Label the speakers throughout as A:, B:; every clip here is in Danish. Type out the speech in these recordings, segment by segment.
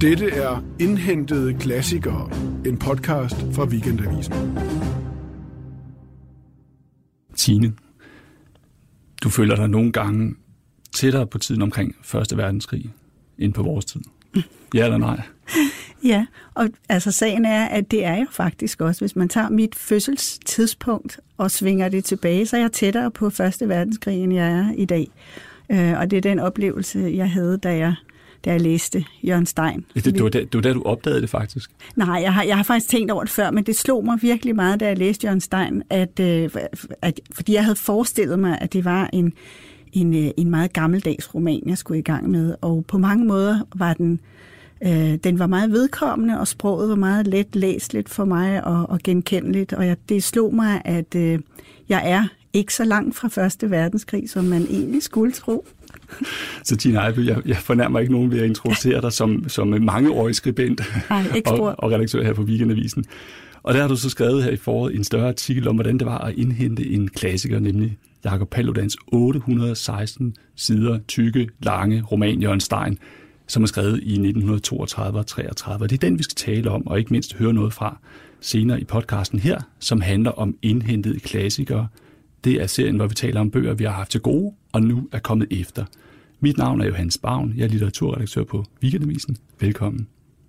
A: Dette er Indhentede Klassikere, en podcast fra Weekendavisen.
B: Tine, du føler dig nogle gange tættere på tiden omkring 1. verdenskrig end på vores tid. Ja eller nej?
C: Ja, og altså sagen er, at det er jo faktisk også, hvis man tager mit fødselstidspunkt og svinger det tilbage, så er jeg tættere på 1. verdenskrig, end jeg er i dag. Og det er den oplevelse, jeg havde, da jeg læste Jørgen Stein.
B: Det var da du opdagede det faktisk? Nej,
C: jeg har faktisk tænkt over det før, men det slog mig virkelig meget, da jeg læste Jørgen Stein, at fordi jeg havde forestillet mig, at det var en meget gammeldags roman, jeg skulle i gang med. Og på mange måder var den var meget vedkommende, og sproget var meget let læseligt for mig og genkendeligt. Og det slog mig, at jeg er ikke så langt fra 1. verdenskrig, som man egentlig skulle tro.
B: Så Tine Ejby, jeg fornærmer ikke nogen ved at introducere dig som mangeårig skribent og redaktør her på Weekendavisen. Og der har du så skrevet her i foråret en større artikel om, hvordan det var at indhente en klassiker, nemlig Jakob Paludans 816 sider tykke, lange roman Jørgen Stein, som er skrevet i 1932 og 33. Og det er den, vi skal tale om, og ikke mindst høre noget fra senere i podcasten her, som handler om indhentede klassikere. Det er serien, hvor vi taler om bøger, vi har haft til gode, og nu er kommet efter. Mit navn er Johannes Bavn. Jeg er litteraturredaktør på Weekendavisen. Velkommen.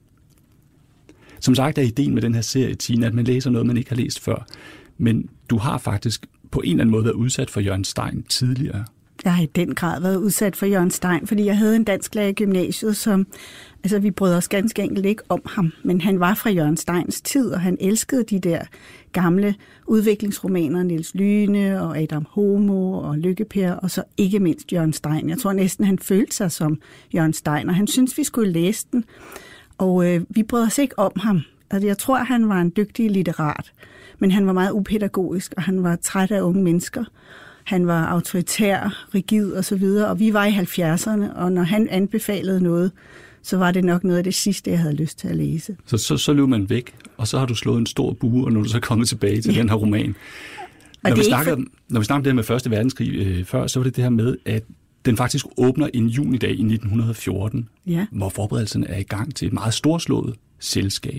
B: Som sagt er ideen med den her serie, Tine, at man læser noget, man ikke har læst før. Men du har faktisk på en eller anden måde været udsat for Jørgen Stein tidligere.
C: Jeg har i den grad været udsat for Jørgen Stein, fordi jeg havde en dansklærer i gymnasiet, som, vi brød os ganske enkelt ikke om ham, men han var fra Jørgen Steins tid, og han elskede de der gamle udviklingsromaner, Niels Lyhne og Adam Homo og Lykke-Per, og så ikke mindst Jørgen Stein. Jeg tror næsten, han følte sig som Jørgen Stein, og han syntes, vi skulle læse den, og vi brød os ikke om ham. Altså, jeg tror, han var en dygtig litterat, men han var meget upædagogisk, og han var træt af unge mennesker. Han var autoritær, rigid og så videre, og vi var i 70'erne, og når han anbefalede noget, så var det nok noget af det sidste, jeg havde lyst til at læse. Så løb man væk, og så har du slået en stor bue, og nu er du så kommet tilbage til den her roman. Når vi snakker om det her med 1. verdenskrig før, så var det her med, at den faktisk åbner en junidag i 1914, hvor forberedelserne er i gang til et meget storslået selskab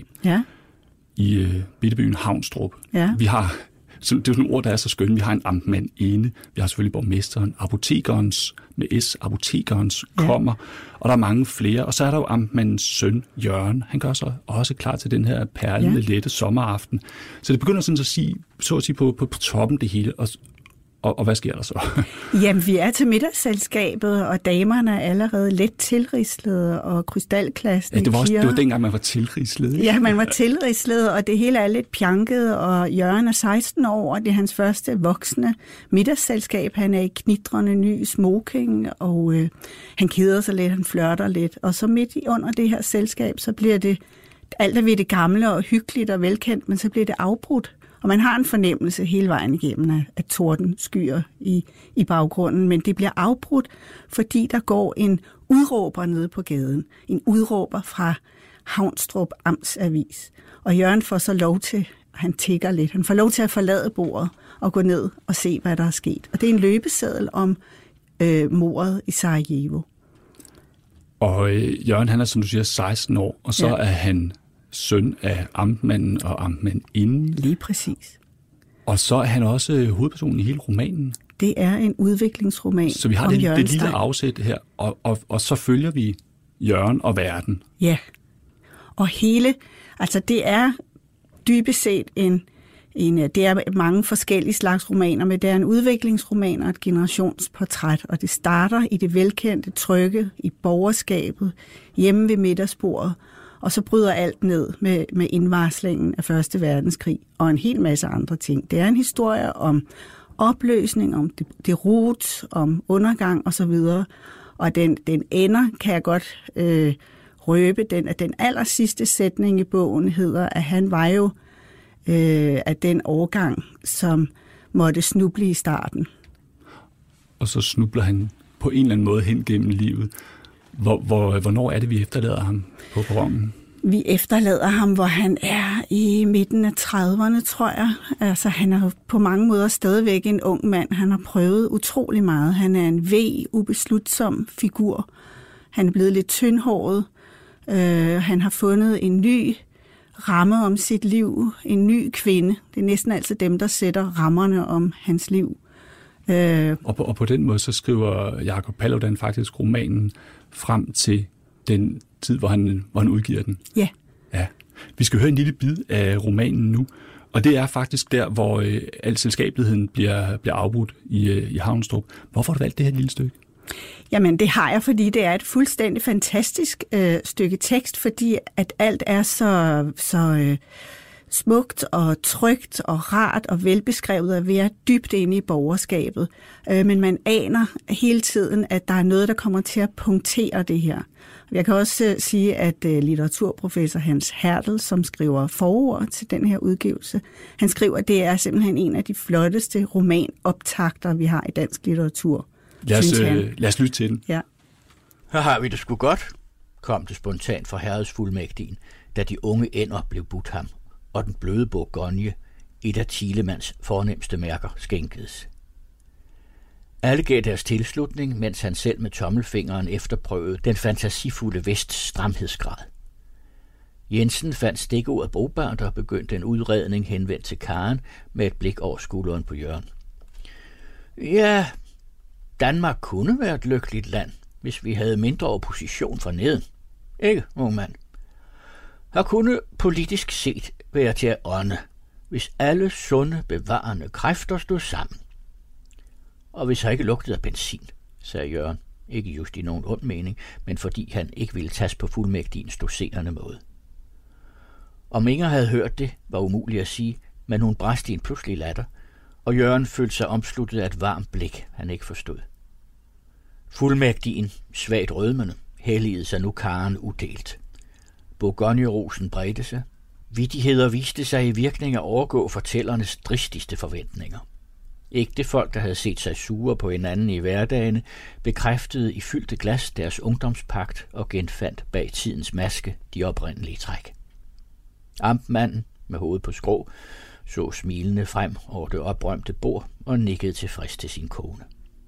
C: i bittebyen Havnstrup. Ja. Vi har... Så det er jo sådan et ord, der er så skønne. Vi har en amtmandinde, vi har selvfølgelig borgmesteren, apotekerens kommer, og der er mange flere. Og så er der jo amtmandens søn, Jørgen. Han gør sig også klar til den her perlende, lette sommeraften. Så det begynder sådan at sige på toppen det hele. Og hvad sker der så? Jamen, vi er til middagsselskabet, og damerne er allerede let tilridslede, og krystalklassen
B: det var dengang, man var tilridslet.
C: Ja, man var tilridslet, og det hele er lidt pjanket, og Jørgen er 16 år, og det er hans første voksne middagsselskab. Han er i knitrende ny smoking, og han keder sig lidt, han flørter lidt. Og så midt under det her selskab, så bliver det alt er ved det gamle og hyggeligt og velkendt, men så bliver det afbrudt. Og man har en fornemmelse hele vejen igennem af torden skyer i baggrunden, men det bliver afbrudt, fordi der går en udråber nede på gaden. En udråber fra Havnstrup Amtsavis. Og Jørgen får så lov til, han tigger lidt, han får lov til at forlade bordet og gå ned og se, hvad der er sket. Og det er en løbeseddel om mordet i Sarajevo.
B: Og Jørgen, han er, som du siger, 16 år, og så er han søn af amtmanden og amtmandinden.
C: Lige præcis.
B: Og så er han også hovedpersonen i hele romanen.
C: Det er en udviklingsroman.
B: Så vi har det lille afsæt her, og så følger vi Jørgen og verden.
C: Ja, og det er dybest set det er mange forskellige slags romaner, men det er en udviklingsroman og et generationsportræt, og det starter i det velkendte trygge, i borgerskabet, hjemme ved middagsbordet, og så bryder alt ned med indvarslingen af 1. verdenskrig og en hel masse andre ting. Det er en historie om opløsning, om derot, om undergang osv. Og den ender, kan jeg godt røbe, at den aller sidste sætning i bogen hedder, at han var jo af den årgang, som måtte snuble i starten.
B: Og så snubler han på en eller anden måde hen gennem livet. Hvornår er det, vi efterlader ham på perronen?
C: Vi efterlader ham, hvor han er i midten af 30'erne, tror jeg. Altså, han er på mange måder stadigvæk en ung mand. Han har prøvet utrolig meget. Han er en ubeslutsom figur. Han er blevet lidt tyndhåret. Han har fundet en ny ramme om sit liv, en ny kvinde. Det er næsten altid dem, der sætter rammerne om hans liv.
B: Og på den måde så skriver Jacob Paludan faktisk romanen frem til den tid, hvor han udgiver den.
C: Ja.
B: Ja. Vi skal høre en lille bid af romanen nu, og det er faktisk der, hvor al selskabeligheden bliver afbrudt i Havnstrup. Hvorfor har du valgt det her lille stykke?
C: Jamen, det har jeg, fordi det er et fuldstændig fantastisk stykke tekst, fordi at alt er så smukt og trygt og rart og velbeskrevet at være dybt inde i borgerskabet. Men man aner hele tiden, at der er noget, der kommer til at punktere det her. Jeg kan også sige, at litteraturprofessor Hans Hertel, som skriver forord til den her udgivelse, han skriver, at det er simpelthen en af de flotteste romanoptakter, vi har i dansk litteratur.
B: Lad os lytte til den.
C: Ja.
D: Her har vi det sgu godt, kom det spontant fra herredsfuldmægtigen, da de unge ænder blev budt ham, og den bløde Bourgogne, et af Thielemanns fornemste mærker, skænkedes. Alle gav deres tilslutning, mens han selv med tommelfingeren efterprøvede den fantasifulde Vests stramhedsgrad. Jensen fandt stikordet bogbart og begyndte en udredning henvendt til Karen med et blik over skulderen på Jørgen. Ja, Danmark kunne være et lykkeligt land, hvis vi havde mindre opposition fra neden. Ikke, ung mand? Her kunne politisk set være til at ånde, hvis alle sunde, bevarende kræfter stod sammen. Og hvis jeg ikke lugtede af benzin, sagde Jørgen, ikke just i nogen ond mening, men fordi han ikke ville tages på fuldmægtigens doserende måde. Om Inger havde hørt det, var umuligt at sige, men hun bræste i en pludselig latter, og Jørgen følte sig omsluttet af et varmt blik, han ikke forstod. Fuldmægtigen, svagt rødmende, helligede sig nu Karen udelt. Bourgogne-rosen bredte sig. Vittigheder viste sig i virkning at overgå fortællernes dristigste forventninger. Ægte folk, der havde set sig sure på hinanden i hverdagene, bekræftede i fyldte glas deres ungdomspagt og genfandt bag tidens maske de oprindelige træk. Amtmanden, med hovedet på skrå, så smilende frem over det oprømte bord og nikkede tilfreds til sin kone.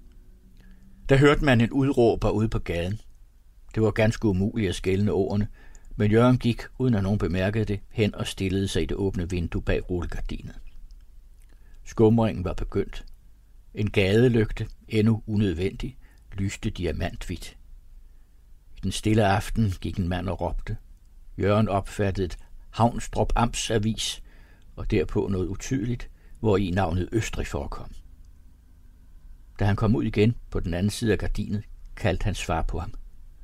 D: Der hørte man en udråber ude på gaden. Det var ganske umuligt at skelne ordene, men Jørgen gik, uden at nogen bemærkede det, hen og stillede sig i det åbne vindue bag rullegardinet. Skumringen var begyndt. En gadelygte, endnu unødvendig, lyste diamanthvidt. I den stille aften gik en mand og råbte. Jørgen opfattede et Havnstrup Amtsavis, og derpå noget utydeligt, hvor i navnet Østrig forekom. Da han kom ud igen på den anden side af gardinet, kaldte hans far på ham.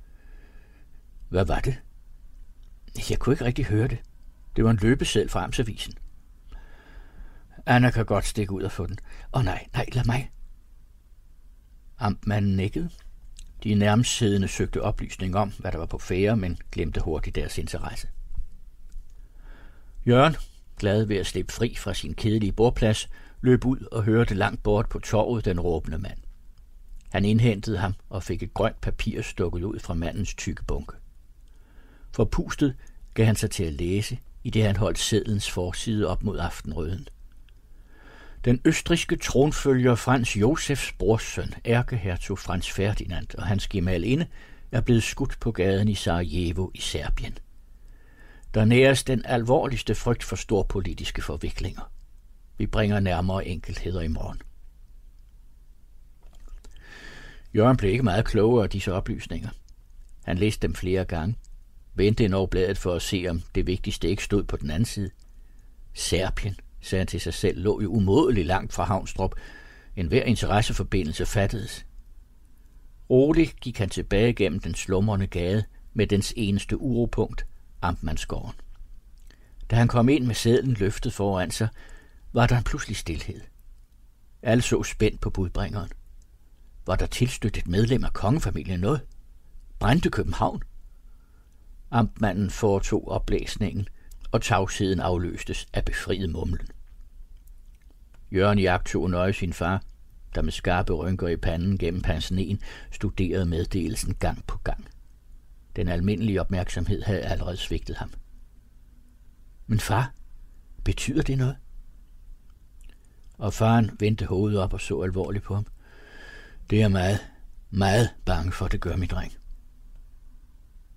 D: Hvad var det? Jeg kunne ikke rigtig høre det. Det var en løbeseddel fra Amtsavisen. Anna kan godt stikke ud og få den. Nej, lad mig. Amtmanden nikkede. De nærmest siddende søgte oplysning om, hvad der var på færde, men glemte hurtigt deres interesse. Jørgen, glad ved at slippe fri fra sin kedelige bordplads, løb ud og hørte langt bort på torvet den råbende mand. Han indhentede ham og fik et grønt papir stukket ud fra mandens tykke bunke. Forpustet gav han sig til at læse, i det han holdt sedlens forside op mod aftenrøden. Den østrigske tronfølger Frans Josefs brorsøn, ærkehertug Frans Ferdinand og hans gemalinde, er blevet skudt på gaden i Sarajevo i Serbien. Der næres den alvorligste frygt for storpolitiske forviklinger. Vi bringer nærmere enkeltheder i morgen. Jørgen blev ikke meget klogere af disse oplysninger. Han læste dem flere gange, vendte ind over bladet for at se, om det vigtigste ikke stod på den anden side. Serbien, sagde han til sig selv, lå jo umådeligt langt fra Havnstrup. Enhver interesseforbindelse fattedes. Roligt gik han tilbage gennem den slumrende gade med dens eneste uropunkt, Amtmandsgården. Da han kom ind med sedlen løftet foran sig, var der en pludselig stilhed. Alle så spændt på budbringeren. Var der tilstødt et medlem af kongefamilien noget? Brændte København? Amtmanden foretog oplæsningen, og tavsheden afløstes af befriet mumlen. Jørgen jagtog nøje sin far, der med skarpe rynker i panden gennem pansenen studerede meddelelsen gang på gang. Den almindelige opmærksomhed havde allerede svigtet ham. Men far, betyder det noget? Og faren vendte hovedet op og så alvorligt på ham. Det er meget, meget bange for, det gør, min dreng.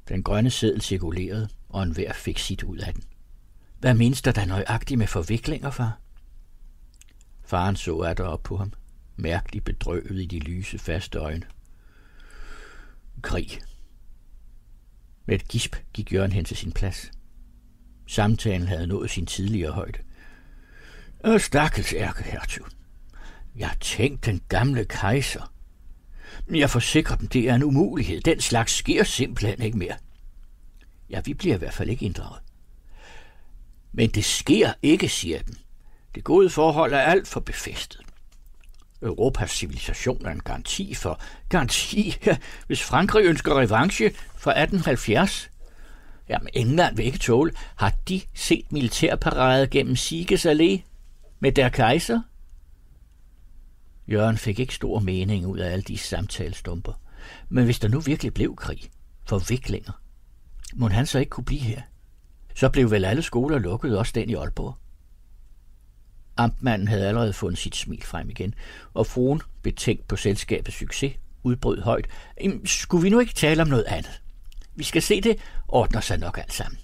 D: Den grønne seddel cirkulerede, og enhver fik sit ud af den. Hvad menes der nøjagtigt med forviklinger, far? Faren så atter op på ham, mærkeligt bedrøvet i de lyse, faste øjne. Krig. Med et gisp gik Jørgen hen til sin plads. Samtalen havde nået sin tidligere højde. Stakkels ærkehertug. Jeg tænkte den gamle kejser. Jeg forsikrer dem, det er en umulighed. Den slags sker simpelthen ikke mere. Ja, vi bliver i hvert fald ikke inddraget. Men det sker ikke, siger den. Det gode forhold er alt for befæstet. Europas civilisation er en garanti for hvis Frankrig ønsker revanche fra 1870. Jamen, England vil ikke tåle. Har de set militærparade gennem Sieges Allé med der kejser? Jørgen fik ikke stor mening ud af alle de samtalestumper. Men hvis der nu virkelig blev krig, forviklinger, må han så ikke kunne blive her? Så blev vel alle skoler lukket, også den i Aalborg. Amtmanden havde allerede fundet sit smil frem igen, og fruen, betænkt på selskabets succes, udbrød højt. Skulle vi nu ikke tale om noget andet? Vi skal se, det ordner sig nok alt sammen.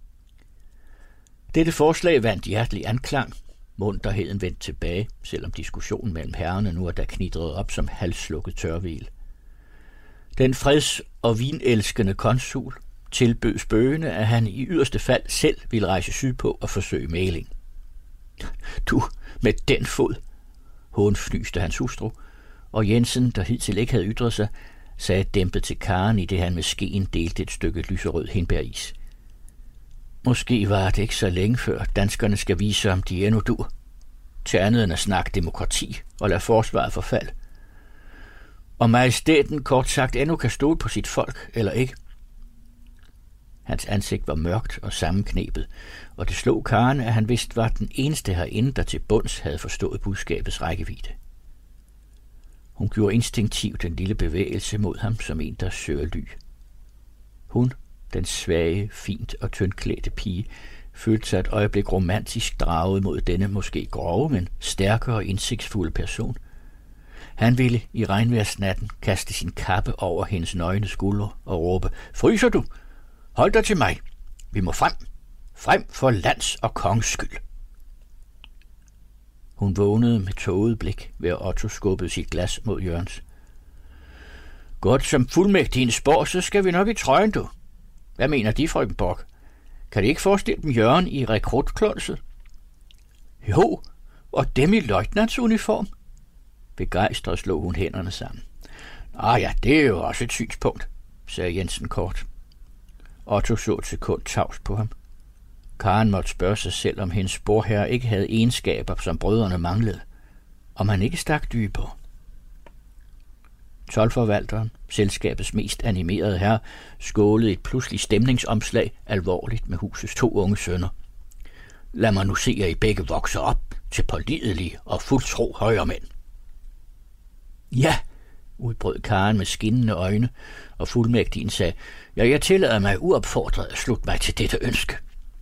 D: Dette forslag vandt hjertelig anklang. Munterheden vendte tilbage, selvom diskussionen mellem herrerne nu er der knitret op som halslukket tørvil. Den freds- og vinelskende konsul tilbød spøgende, at han i yderste fald selv ville rejse sydpå og forsøge mægling. Du, med den fod, hånfnyste hans hustru, og Jensen, der hidtil ikke havde ytret sig, sagde dæmpet til Karen, i det han med skeen delte et stykke lyserød hindbæris. Måske var det ikke så længe før danskerne skal vise, om de endnu dur. Til andet end at snakke demokrati og lade forsvaret forfald. Og majestæten kort sagt endnu kan stole på sit folk, eller ikke. Hans ansigt var mørkt og sammenknebet, og det slog Karen, at han vist var den eneste herinde, der til bunds havde forstået budskabets rækkevidde. Hun gjorde instinktivt en lille bevægelse mod ham, som en, der søger ly. Hun, den svage, fint og tyndklædte pige, følte sig et øjeblik romantisk draget mod denne måske grove, men stærkere og indsigtsfulde person. Han ville i regnværsnatten kaste sin kappe over hendes nøgne skuldre og råbe, "Fryser du? Hold dig til mig. Vi må frem. Frem for lands og konges skyld." Hun vågnede med tåget blik, ved at Otto skubbede sit glas mod Jørgens. "Godt som fuldmægtigen spår, så skal vi nok i trøjen, du. Hvad mener de, frøken Bock? Kan de ikke forestille dem Jørgen i rekrutklodset?" "Jo, og dem i løjtnantsuniform." Begejstret slog hun hænderne sammen. Ja, det er jo også et synspunkt," sagde Jensen kort. Otto så et sekund tavst på ham. Karen måtte spørge sig selv, om hendes sporherre ikke havde egenskaber, som brødrene manglede. Om han ikke stak dybere. Toldforvalteren, selskabets mest animerede herre, skålede et pludseligt stemningsomslag alvorligt med husets 2 unge sønner. "Lad mig nu se, at I begge vokser op til pålidelige og fuldtro højremænd." "Ja," udbrød Karen med skinnende øjne, og fuldmægtigen sagde, jeg tillader mig uopfordret at slutte mig til dette ønske."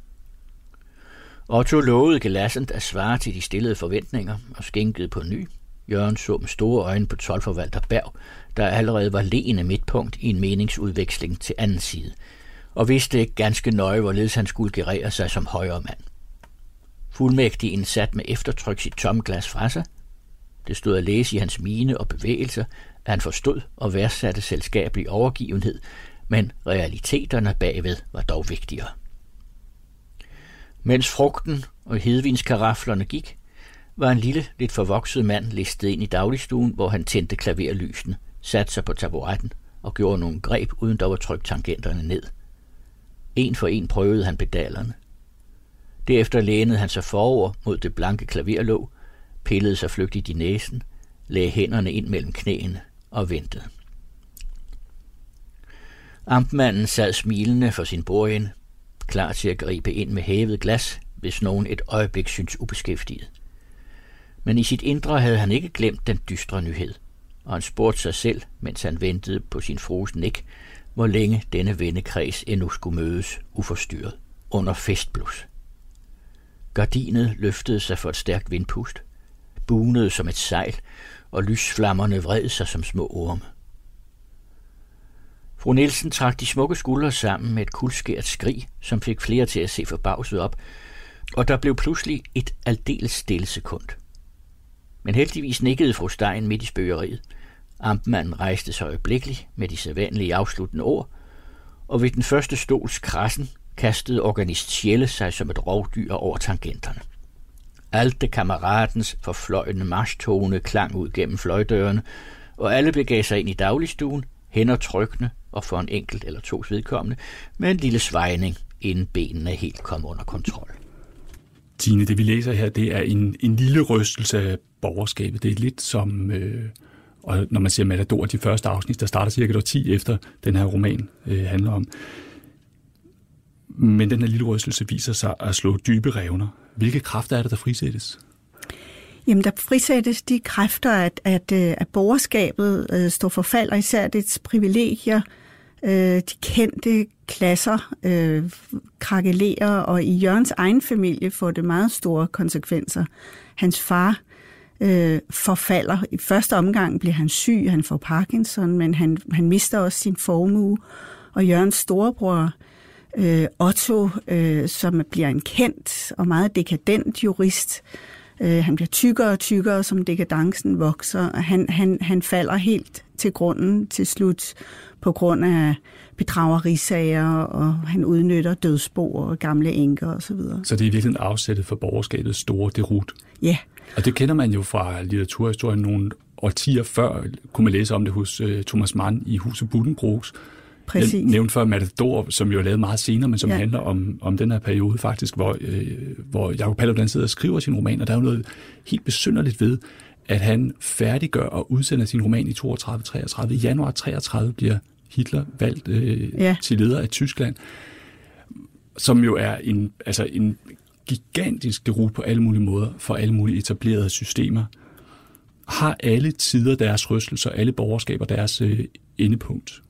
D: Otto lovede gelassent at svare til de stillede forventninger og skænkede på ny. Jørgen så med store øjne på toldforvalter Berg, der allerede var leende midtpunkt i en meningsudveksling til anden side, og vidste ikke ganske nøje, hvorledes han skulle gerere sig som højremand. Fuldmægtigen sat med eftertryk sit tomme glas fra sig. Det stod at læse i hans mine og bevægelser, at han forstod og værdsatte selskabelig overgivenhed, men realiteterne bagved var dog vigtigere. Mens frugten og hedvinskaraflerne gik, var en lille, lidt forvokset mand listet ind i dagligstuen, hvor han tændte klaverlysene, satte sig på taburetten og gjorde nogle greb, uden der var trykt tangenterne ned. En for en prøvede han pedalerne. Derefter lænede han sig forover mod det blanke klaverlåg, pillede sig flygtigt i næsen, lagde hænderne ind mellem knæene og ventede. Amtmanden sad smilende for sin bordende, klar til at gribe ind med hævet glas, hvis nogen et øjeblik syntes ubeskæftiget. Men i sit indre havde han ikke glemt den dystre nyhed, og han spurgte sig selv, mens han ventede på sin frues nik, hvor længe denne vennekreds endnu skulle mødes uforstyrret under festblus. Gardinet løftede sig for et stærkt vindpust, bunede som et sejl, og lysflammerne vred sig som små orme. Fru Nielsen trak de smukke skuldre sammen med et kuldskært skrig, som fik flere til at se forbavset op, og der blev pludselig et aldeles stille sekund. Men heldigvis nikkede fru Stein midt i spøgeriet. Amtmanden rejste sig øjeblikkeligt med de sædvanlige afsluttende ord, og ved den første stols krassen kastede organist Schelle sig som et rovdyr over tangenterne. Alte kammeratens forfløjende marschtone klang ud gennem fløjdørene, og alle begav sig ind i dagligstuen, hænder trykkende og for en enkelt eller tos vedkommende, med en lille svejning, inden benene helt kom under kontrol.
B: Tine, det vi læser her, det er en lille rystelse af borgerskabet. Det er lidt som, og når man ser Matador, de første afsnit, der starter cirka et 10 efter den her roman handler om. Men den her lille rystelse viser sig at slå dybe revner. Hvilke kræfter er det, der frisættes?
C: Jamen, der frisættes de kræfter, at borgerskabet står for fald, og især dets privilegier, de kendte klasser krakelerer, og i Jørgens egen familie får det meget store konsekvenser. Hans far forfalder. I første omgang bliver han syg, han får Parkinson, men han mister også sin formue. Og Jørgens storebror, Otto, som bliver en kendt og meget dekadent jurist, han bliver tykkere og tykkere, som dekadencen vokser. Han falder helt til grunden til slut på grund af bedragerisager, og han udnytter dødsboer og gamle enker osv.
B: Så det er virkelig afsættet for borgerskabets store derut.
C: Ja.
B: Og det kender man jo fra litteraturhistorien nogle årtier før, kunne man læse om det hos Thomas Mann i Huset Buddenbrooks.
C: Præcis.
B: Jeg nævnte før Matador, som jo er lavet meget senere, men som handler om den her periode faktisk, hvor Jacob Paludan sidder og skriver sin roman, og der er jo noget helt besynderligt ved, at han færdiggør og udsender sin roman i 32-33. I januar 33 bliver Hitler valgt til leder af Tyskland, som jo er en gigantisk derud på alle mulige måder for alle mulige etablerede systemer. Har alle tider deres rystelser, alle borgerskaber deres endepunkt?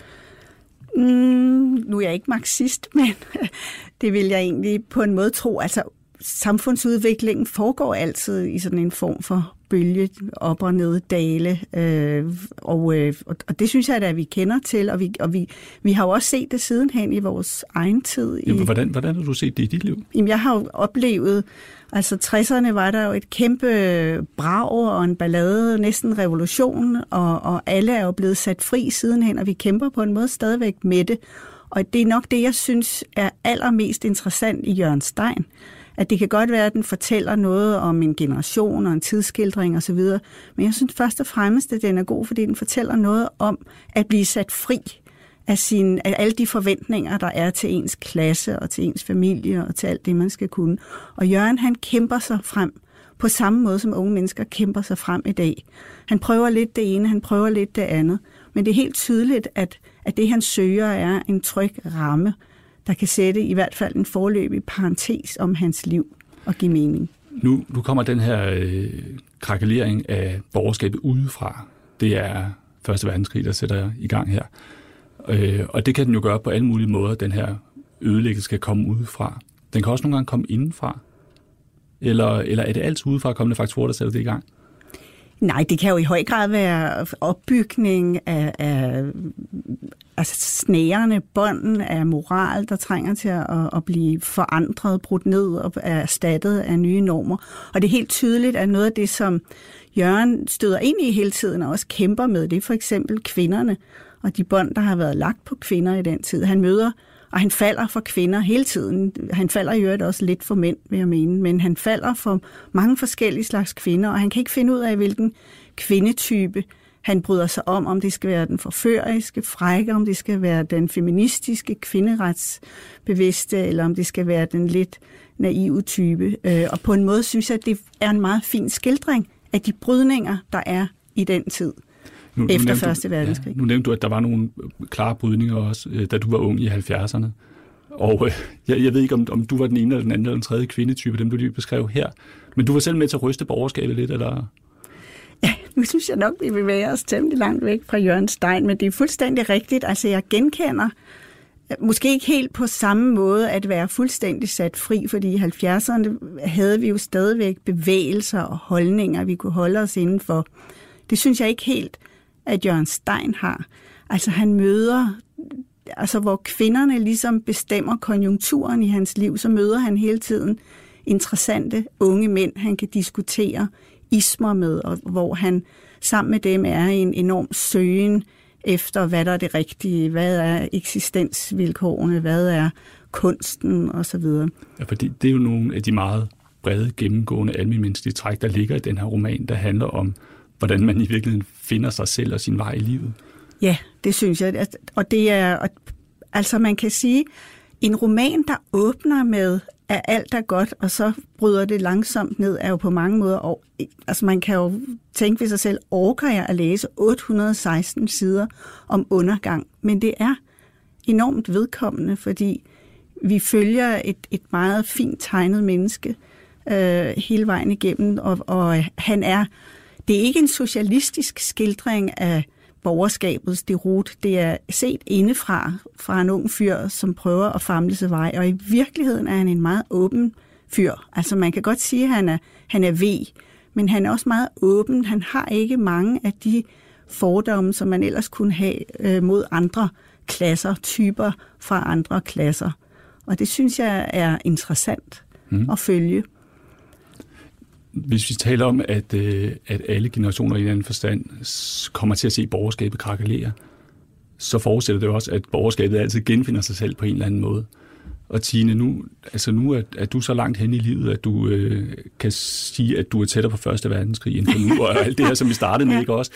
C: Nu er jeg ikke marxist, men det vil jeg egentlig på en måde tro. Altså, samfundsudviklingen foregår altid i sådan en form for bølge, op og ned, dale, og det synes jeg da, at vi kender til, og vi har jo også set det sidenhen i vores egen tid.
B: Jamen, hvordan har du set det i dit liv?
C: Jamen, jeg har jo oplevet, altså 60'erne var der jo et kæmpe brag og en ballade, næsten revolution, og alle er jo blevet sat fri sidenhen, og vi kæmper på en måde stadigvæk med det. Og det er nok det, jeg synes er allermest interessant i Jørgen Stein. At det kan godt være, at den fortæller noget om en generation og en tidsskildring osv., men jeg synes først og fremmest, at den er god, fordi den fortæller noget om at blive sat fri af alle de forventninger, der er til ens klasse og til ens familie og til alt det, man skal kunne. Og Jørgen, han kæmper sig frem på samme måde, som unge mennesker kæmper sig frem i dag. Han prøver lidt det ene, han prøver lidt det andet, men det er helt tydeligt, at det, han søger, er en tryg ramme, der kan sætte i hvert fald en foreløbig parentes om hans liv og give mening.
B: Nu kommer den her krakelering af borgerskabet udefra. Det er Første Verdenskrig, der sætter i gang her. Og det kan den jo gøre på alle mulige måder, den her ødelæggelse skal komme udefra. Den kan også nogle gange komme indenfra. Eller er det altid udefra kommende faktorer, der sætter det i gang?
C: Nej, det kan jo i høj grad være opbygning af snærende bånd af moral, der trænger til at blive forandret, brudt ned og erstattet af nye normer. Og det er helt tydeligt, at noget af det, som Jørgen støder ind i hele tiden og også kæmper med, det er for eksempel kvinderne og de bånd, der har været lagt på kvinder i den tid. Han møder, og han falder for kvinder hele tiden. Han falder i øvrigt også lidt for mænd, vil jeg mene, men han falder for mange forskellige slags kvinder, og han kan ikke finde ud af, hvilken kvindetype han bryder sig om det skal være den forføreriske, frække, om det skal være den feministiske, kvinderetsbevidste, eller om det skal være den lidt naive type. Og på en måde synes jeg, at det er en meget fin skildring af de brydninger, der er i den tid. Efter Første Verdenskrig.
B: Nu nævnte du, at der var nogle klare brydninger også, da du var ung i 70'erne. Og jeg ved ikke, om du var den ene eller den anden eller den tredje kvindetype, dem du lige beskrev her. Men du var selv med til at ryste borgerskabet lidt, eller?
C: Ja, nu synes jeg nok, vi bevæger os temmelig langt væk fra Jørgen Stein, men det er fuldstændig rigtigt. Altså, jeg genkender måske ikke helt på samme måde at være fuldstændig sat fri, fordi i 70'erne havde vi jo stadigvæk bevægelser og holdninger, vi kunne holde os indenfor. Det synes jeg ikke helt, at Jørgen Stein har. Altså han møder, altså hvor kvinderne ligesom bestemmer konjunkturen i hans liv, så møder han hele tiden interessante unge mænd, han kan diskutere ismer med, og hvor han sammen med dem er i en enorm søgen efter, hvad der er det rigtige, hvad er eksistensvilkårene, hvad er kunsten osv.
B: Ja, fordi det er jo nogle af de meget brede, gennemgående almenmenneskelige træk, der ligger i den her roman, der handler om, hvordan man i virkeligheden finder sig selv og sin vej i livet.
C: Ja, det synes jeg. Og det er, altså man kan sige, en roman, der åbner med, at alt er godt, og så bryder det langsomt ned, er jo på mange måder, og, altså man kan jo tænke ved sig selv, orker jeg at læse 816 sider om undergang? Men det er enormt vedkommende, fordi vi følger et meget fint tegnet menneske hele vejen igennem, og han er, det er ikke en socialistisk skildring af borgerskabets derut. Det er set indefra fra en ung fyr, som prøver at famle sig vej, og i virkeligheden er han en meget åben fyr. Altså man kan godt sige, at han er ved, men han er også meget åben. Han har ikke mange af de fordomme, som man ellers kunne have mod andre klasser, typer fra andre klasser. Og det synes jeg er interessant at følge.
B: Hvis vi taler om, at alle generationer i en anden forstand kommer til at se borgerskabet krakelere, så forudsætter det også, at borgerskabet altid genfinder sig selv på en eller anden måde. Og Tine, nu er du så langt hen i livet, at du kan sige, at du er tættere på Første Verdenskrig end på nu, og alt det her, som vi startede med, ikke også?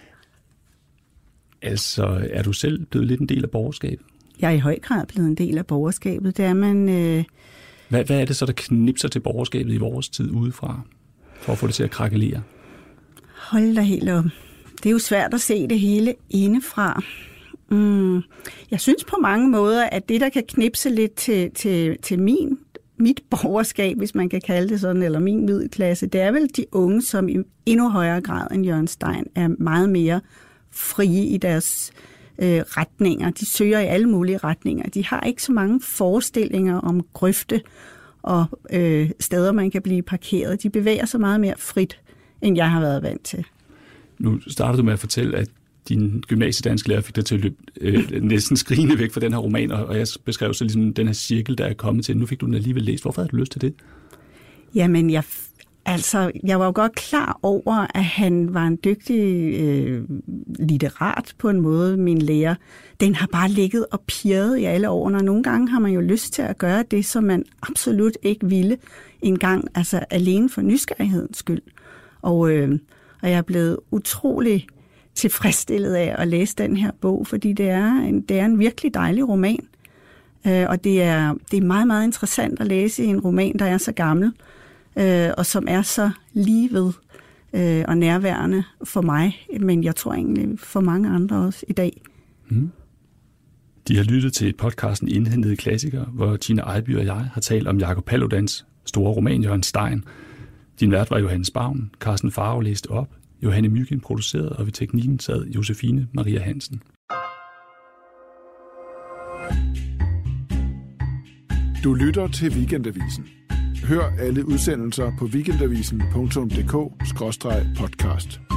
B: Altså, er du selv blevet lidt en del af borgerskabet?
C: Jeg er i høj grad blevet en del af borgerskabet. Det er man...
B: Hvad er det så, der knipser til borgerskabet i vores tid udefra, for at få det til at krakelere?
C: Hold da helt op. Det er jo svært at se det hele indefra. Jeg synes på mange måder, at det, der kan knipse lidt til mit borgerskab, hvis man kan kalde det sådan, eller min middelklasse, det er vel de unge, som i endnu højere grad end Jørgen Stein er meget mere frie i deres retninger. De søger i alle mulige retninger. De har ikke så mange forestillinger om grøfte og steder, man kan blive parkeret. De bevæger sig meget mere frit, end jeg har været vant til. Nu
B: startede du med at fortælle, at din gymnasiedansklærer fik dig til at løbe næsten skrigende væk fra den her roman, og jeg beskrev så ligesom den her cirkel, der er kommet til. Nu fik du den alligevel læst. Hvorfor havde du lyst til det?
C: Jamen, jeg var jo godt klar over, at han var en dygtig litterat på en måde, min lærer. Den har bare ligget og pirret i alle årene, og nogle gange har man jo lyst til at gøre det, som man absolut ikke ville engang, altså alene for nysgerrighedens skyld. Og jeg er blevet utrolig tilfredsstillet af at læse den her bog, fordi det er en virkelig dejlig roman. Og det er meget, meget interessant at læse en roman, der er så gammel, og som er så lige ved og nærværende for mig, men jeg tror egentlig for mange andre også i dag.
B: De har lyttet til podcasten Indhentede Klassikere, hvor Tine Ejby og jeg har talt om Jacob Paludans store roman Jørgen Stein. Din vært var Johannes Bavn, Carsten Farve læste op, Johanne Myggen producerede, og ved teknikken sad Josefine Maria Hansen.
A: Du lytter til Weekendavisen. Hør alle udsendelser på weekendavisen.dk/podcast.